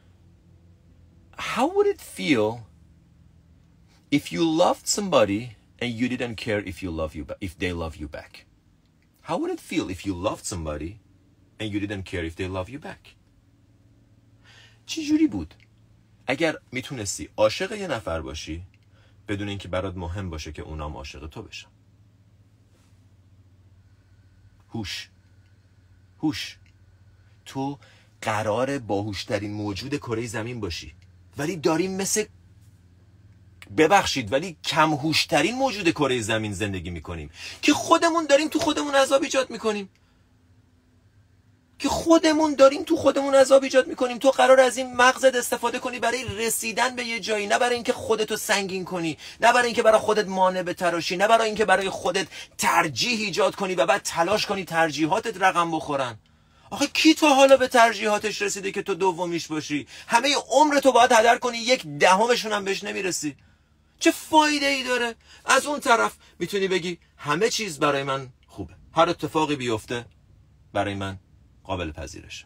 How would it feel if you loved somebody and you didn't care if you love you ba- if they love you back? How would it feel if you loved somebody and you didn't care if they love you back? چی جوری بود اگر میتونستی عاشق یه نفر باشی بدون اینکه برات مهم باشه که اونام عاشق تو بشن؟ هوش هوش تو قراره باهوشترین موجود کره زمین باشی، ولی داریم مثل ببخشید ولی کم هوشترین موجود کره زمین زندگی میکنیم که خودمون داریم تو خودمون عذاب ایجاد میکنیم که خودمون داریم تو خودمون عذاب ایجاد میکنیم. تو قرار از این مغزت استفاده کنی برای رسیدن به یه جایی، نه برای اینکه خودتو سنگین کنی، نه برای اینکه برای خودت مانع بتراشی، نه برای اینکه برای خودت ترجیح ایجاد کنی و بعد تلاش کنی ترجیحاتت رقم بخورن. آخه کی تا حالا به ترجیحاتش رسیده که تو دومیش باشی؟ همه عمر تو باید هدر کنی، یک دهمشون هم بهش نمیرسی. چه فایده ای داره؟ از اون طرف میتونی بگی همه چیز برای من خوبه، هر اتفاقی بیفته برای من قابل پذیرشه.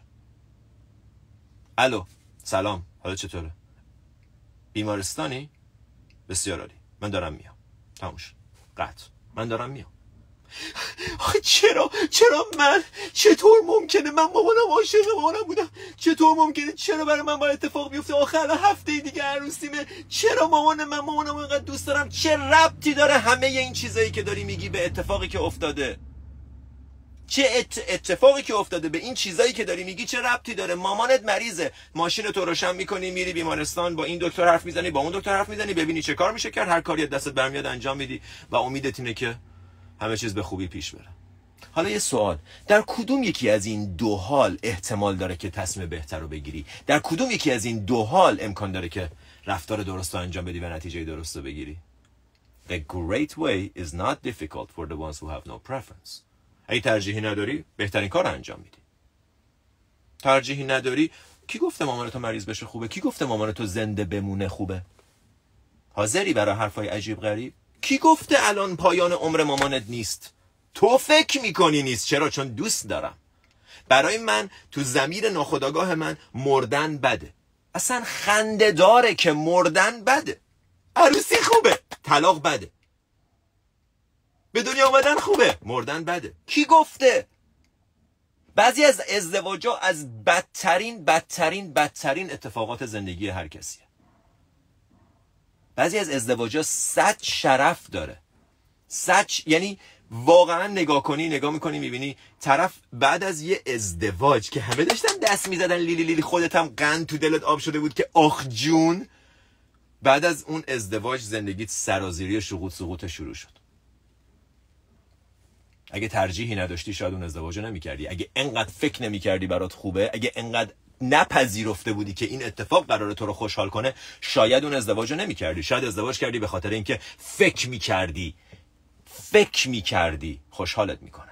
الو، سلام، حالا چطوره؟ بیمارستانی؟ بسیار عالی، من دارم میام. تموم شد. قطع. من دارم میام. آخه چرا چرا من چطور ممکنه من مامانم عاشق مامانم بودم، چطور ممکنه چرا برای من باید اتفاق بیفته آخر هفته دیگه عروسیمه، چرا مامان من مامانم اینقدر دوست دارم؟ چه ربطی داره همه این چیزایی که داری میگی به اتفاقی که افتاده؟ چه اتفاقی که افتاده به این چیزایی که داری میگی چه ربطی داره؟ مامانت مریضه، ماشین تو روشن میکنی میری بیمارستان، با این دکتر حرف میزنی با اون دکتر حرف میزنی ببینی چه کار میشه کرد، هر کاری دستت برمیاد انجام میدی و امیدت اینه که همه چیز به خوبی پیش بره. حالا یه سوال، در کدوم یکی از این دو حال احتمال داره که تصمیم بهتر رو بگیری؟ در کدوم یکی از این دو حال امکان داره که رفتار درست رو انجام بدی و نتیجه درست رو بگیری؟ The great way is not difficult for the ones who have no preference. اگه ترجیحی نداری بهترین کار انجام میدی. ترجیحی نداری، کی گفته مامان تو مریض بشه خوبه؟ کی گفته مامان تو زنده بمونه خوبه؟ حاضری برای حرفای عجیب غریب؟ کی گفته الان پایان عمر مامانت نیست؟ تو فکر میکنی نیست. چرا؟ چون دوست دارم. برای من تو ضمیر ناخودآگاه من مردن بده. اصلا خنده داره که مردن بده. عروسی خوبه، طلاق بده. به دنیا آمدن خوبه، مردن بده. کی گفته؟ بعضی از ازدواجا از بدترین بدترین بدترین اتفاقات زندگی هر کسیه. بعضی از ازدواجا صد شرف داره. صد ش... یعنی واقعا نگاه کنی نگاه میکنی میبینی طرف بعد از یه ازدواج که همه داشتن دست میزدن لیلی لیلی، خودت هم قند تو دلت آب شده بود که آخ جون، بعد از اون ازدواج زندگیت سرازیری سقوط سقوط شروع شد. اگه ترجیحی نداشتی شاید اون ازدواجو نمی‌کردی. اگه انقدر فکر نمی‌کردی برات خوبه، اگه انقدر نپذیرفته بودی که این اتفاق قراره تو رو خوشحال کنه، شاید اون ازدواجو نمی‌کردی. شاید ازدواج کردی به خاطر اینکه فکر می‌کردی فکر می‌کردی خوشحالت می‌کنه.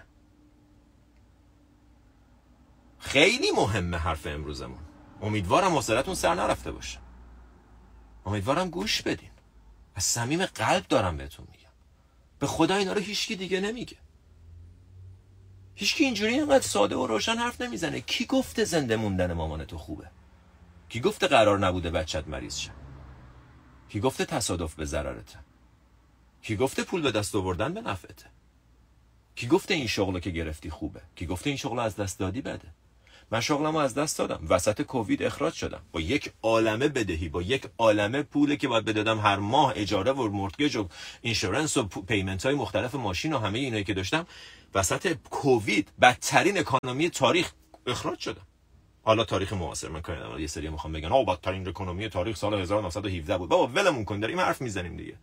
خیلی مهمه حرف امروزمون. امیدوارم حوصله‌تون سر نرفته باشه. امیدوارم گوش بدین. از صمیم قلب دارم بهتون میگم. به خدا اینا رو هیچکی دیگه نمیگه. هیچکی اینجوری اینقدر ساده و روشن حرف نمیزنه. کی گفته زنده موندن مامان تو خوبه؟ کی گفته قرار نبوده بچت مریض شه؟ کی گفته تصادف به ضررته؟ کی گفته پول به دست آوردن به نفعته؟ کی گفته این شغلو که گرفتی خوبه؟ کی گفته این شغلو از دست دادی بده؟ من شغلمو از دست دادم، وسط کووید اخراج شدم با یک عالمه بدهی، با یک عالمه پولی که باید بدادم هر ماه، اجاره و مورتگیج و اینشورنس و پیمنت های مختلف ماشین و همه اینایی که داشتم، وسط کووید بدترین اکانومی تاریخ اخراج شدم. حالا تاریخ معاصر من کاری ندارم، یه سری میخوام بگن آ بدترین اکانومی تاریخ سال هزار و نهصد و هفده بود. بابا ولمون کن، داریم حرف میزنیم دیگه.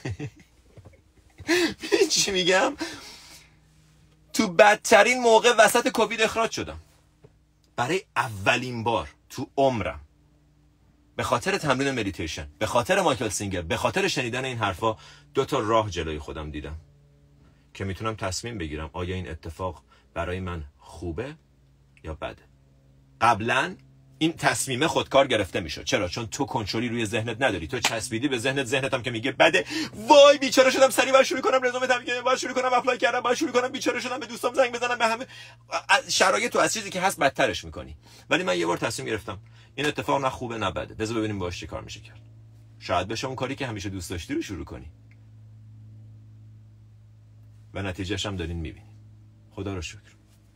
چی میگم؟ تو بدترین موقع وسط کووید اخراج شدم. برای اولین بار تو عمرم به خاطر تمرین مدیتیشن، به خاطر مایکل سینگر، به خاطر شنیدن این حرفا، دو تا راه جلوی خودم دیدم که میتونم تصمیم بگیرم آیا این اتفاق برای من خوبه یا بده. قبلا این تصمیم خودکار گرفته میشد. چرا؟ چون تو کنترلی روی ذهنت نداری. تو چسبیدی به ذهنت، ذهنت هم که میگه بده، وای بیچاره شدم، سریع باید شروع کنم رزومه تمیز، باید شروع کنم اپلای کردم، باید شروع کنم، بیچاره شدم، به دوستام زنگ بزنم، به همه شرایط تو از چیزی که هست بدترش میکنی. ولی من یه بار تصمیم گرفتم این اتفاق نه خوبه نه بده، بذار ببینیم باهاش چه کار میشه کرد. شاید بشه اون کاری که همیشه دوست داشتی رو شروع کنی و نتیجه‌اش هم دارین میبینی. خدا رو شکر.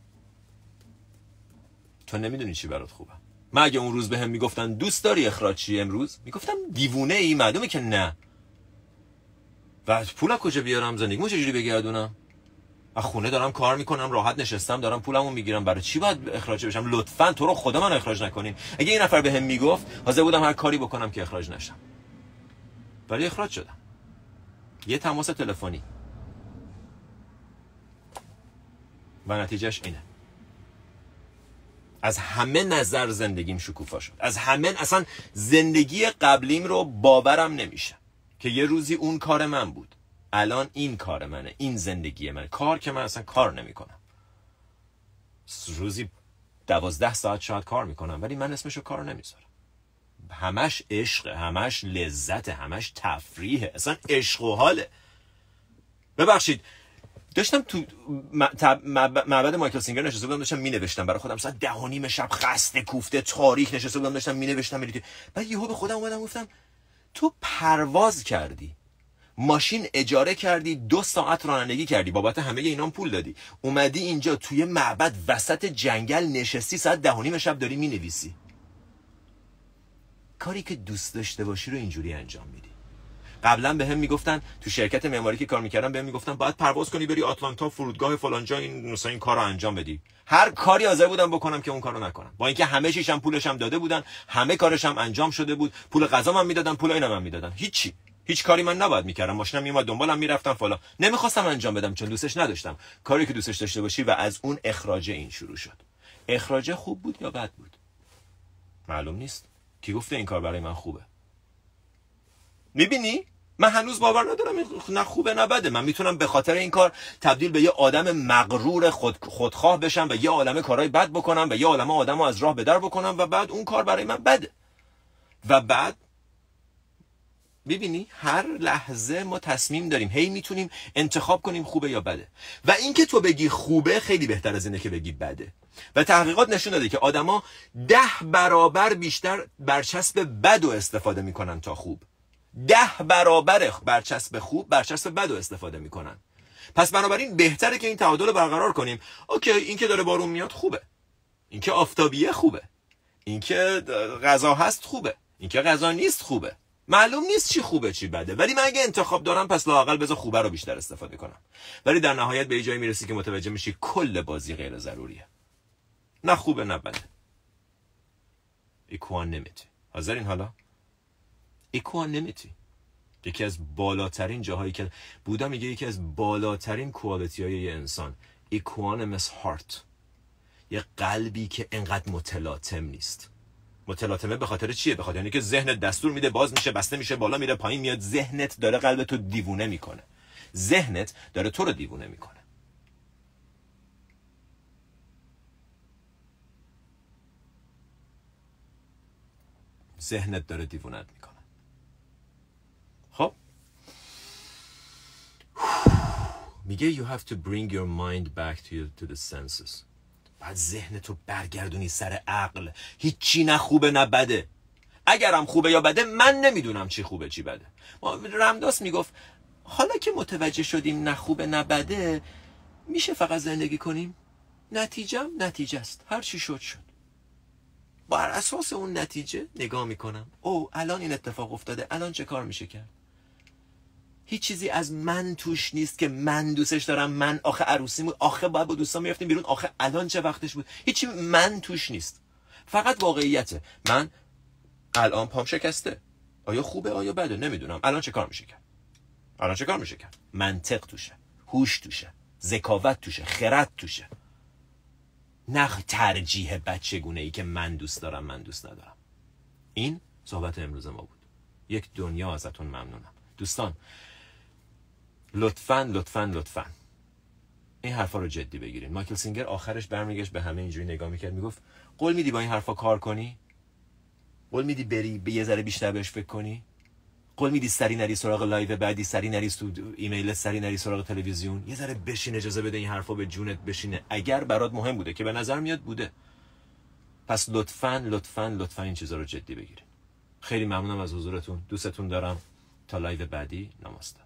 تو نمیدونی چی برات خوبه. من اگه اون روز بهم میگفتن دوست داری اخراج چی امروز، میگفتم دیوونه ای، معلومه که نه. و پول کجا بیارم؟ زندگیمو چجوری بگردونم؟ از خونه دارم کار میکنم، راحت نشستم، دارم پولمو میگیرم، برای چی باید اخراج بشم؟ لطفاً تو رو خدا من اخراج نکنین. اگه این نفر بهم میگفت حاضر بودم هر کاری بکنم که اخراج نشم. ولی اخراج شدم. یه تماس تلفنی. و نتیجهش اینه. از همه نظر زندگیم شکوفا شد. از همه، اصلا زندگی قبلیم رو باورم نمیشه که یه روزی اون کار من بود، الان این کار منه، این زندگی من. کار که من اصلا کار نمی کنم، روزی دوازده ساعت شاید کار میکنم، ولی من اسمشو کار نمیذارم. همش عشقه، همش لذت، همش تفریحه، اصلا عشق و حاله. ببخشید داشتم تو معبد مایکل سینگر نشسته بودم، داشتم مینوشتم برای خودم، ساعت ده و نیم شب خسته کوفته تاریک نشسته بودم داشتم مینوشتم. بعد یهو به خودم اومدم گفتم تو پرواز کردی، ماشین اجاره کردی، دو ساعت رانندگی کردی، بابت همه اینام پول دادی، اومدی اینجا توی معبد وسط جنگل نشستی، ساعت ده و نیم شب داری مینویسی. کاری که دوست داشته باشی رو اینجوری انجام میدی. قبلا به هم میگفتن تو شرکت معماری که کار میکردم، به هم میگفتن باید پرواز کنی بری آتلانتا، فرودگاه فلان جا، این مثلا این کارو انجام بدی. هر کاری حاضر بودم بکنم که اون کارو نکنم، با اینکه همه چیشم پولشم داده بودن، همه کارشم انجام شده بود، پول غذام هم میدادن، پول اینم هم میدادن، هیچی هیچ کاری من نباید میکردم. ماشینم میومد دنبالم میرفتم فلان، نمیخواستم انجام بدم چون دوستش نداشتم. کاری که دوستش داشته باشی. و از اون اخراج این شروع شد. اخراج خوب بود یا بد بود معلوم نیست. کی گفته این کار برای من خوبه؟ میبینی من هنوز باور ندارم این نه خوبه نه بده. من میتونم به خاطر این کار تبدیل به یه آدم مغرور خود خودخواه بشم و یه عالمه کارهای بد بکنم و یه عالمه آدمو از راه به در بکنم و بعد اون کار برای من بده. و بعد ببینی هر لحظه ما تصمیم داریم، هی میتونیم انتخاب کنیم خوبه یا بده. و اینکه تو بگی خوبه خیلی بهتر از اینه که بگی بده. و تحقیقات نشون داده که آدما ده برابر بیشتر برچسب بد رو استفاده میکنن تا خوب. ده برابر برچسب خوب برچسب بد رو استفاده میکنن. پس بنابراین بهتره که این تعادل رو برقرار کنیم. اوکی، این که داره بارون میاد خوبه، این که آفتابیه خوبه، این که غذا هست خوبه، این که غذا نیست خوبه. معلوم نیست چی خوبه چی بده، ولی من اگه انتخاب دارم پس لااقل بذار خوبه رو بیشتر استفاده کنم. ولی در نهایت به یه جایی میرسی که متوجه میشی کل بازی غیر ضروریه. نه خوبه نه بده. ایکوانیمیتی. حاضرین حالا؟ ایکوانیمیتی یکی از بالاترین جاهایی که بودا میگه یکی از بالاترین کوالیتی های یه انسان، ایکوانیمس هارت، یه قلبی که انقدر متلاطم نیست. متلاطمه به خاطر چیه؟ به خاطر اینکه ذهنت دستور میده باز میشه بسته میشه بالا میره پایین میاد. ذهنت داره قلبت رو دیوونه میکنه. ذهنت داره تو رو دیوونه میکنه. ذهنت داره دیوونت میکنه. خب میگه you have to bring your mind back to, your, to the senses. بعد ذهنتو برگردونی سر عقل. هیچی نه خوبه نه بده. اگرم خوبه یا بده من نمیدونم چی خوبه چی بده. رمداس میگفت حالا که متوجه شدیم نه خوبه نه بده میشه فقط زندگی کنیم. نتیجه نتیجه است. هر چی شد شد. بر اساس اون نتیجه نگاه میکنم او الان این اتفاق افتاده، الان چه کار میشه کرد. هیچ چیزی از من توش نیست که من دوستش دارم. من آخه عروسیمون آخه باید با دوستان میرفتیم بیرون، آخه الان چه وقتش بود. هیچی من توش نیست. فقط واقعیته. من الان پام شکسته. آیا خوبه آیا بده نمیدونم. الان چه کار میشه کرد؟ الان چه کار میشه کرد؟ منطق توشه، هوش توشه، ذکاوت توشه، خرد توشه. نه ترجیح بچگونه ای که من دوست دارم من دوست ندارم. این صحبت امروز ما بود. یک دنیا ازتون ممنونم دوستان. لطفاً لطفاً لطفاً این حرفا رو جدی بگیرین. مایکل سینگر آخرش برمیگشت به همه اینجوری نگاه میکرد میگفت قول میدی با این حرفا کار کنی؟ قول میدی بری به یه ذره بیشتر بهش فکر کنی؟ قول میدی سری نری سراغ لایو بعدی، سری نری تو ایمیل، سری نری سراغ تلویزیون، یه ذره بشین اجازه بده این حرفا به جونت بشینه اگر برات مهم بوده که به نظر میاد بوده. پس لطفاً لطفاً لطفاً این چیزا رو جدی بگیرین. خیلی ممنونم از حضورتون. دوستتون دارم. تا لایو بعدی. نماسته.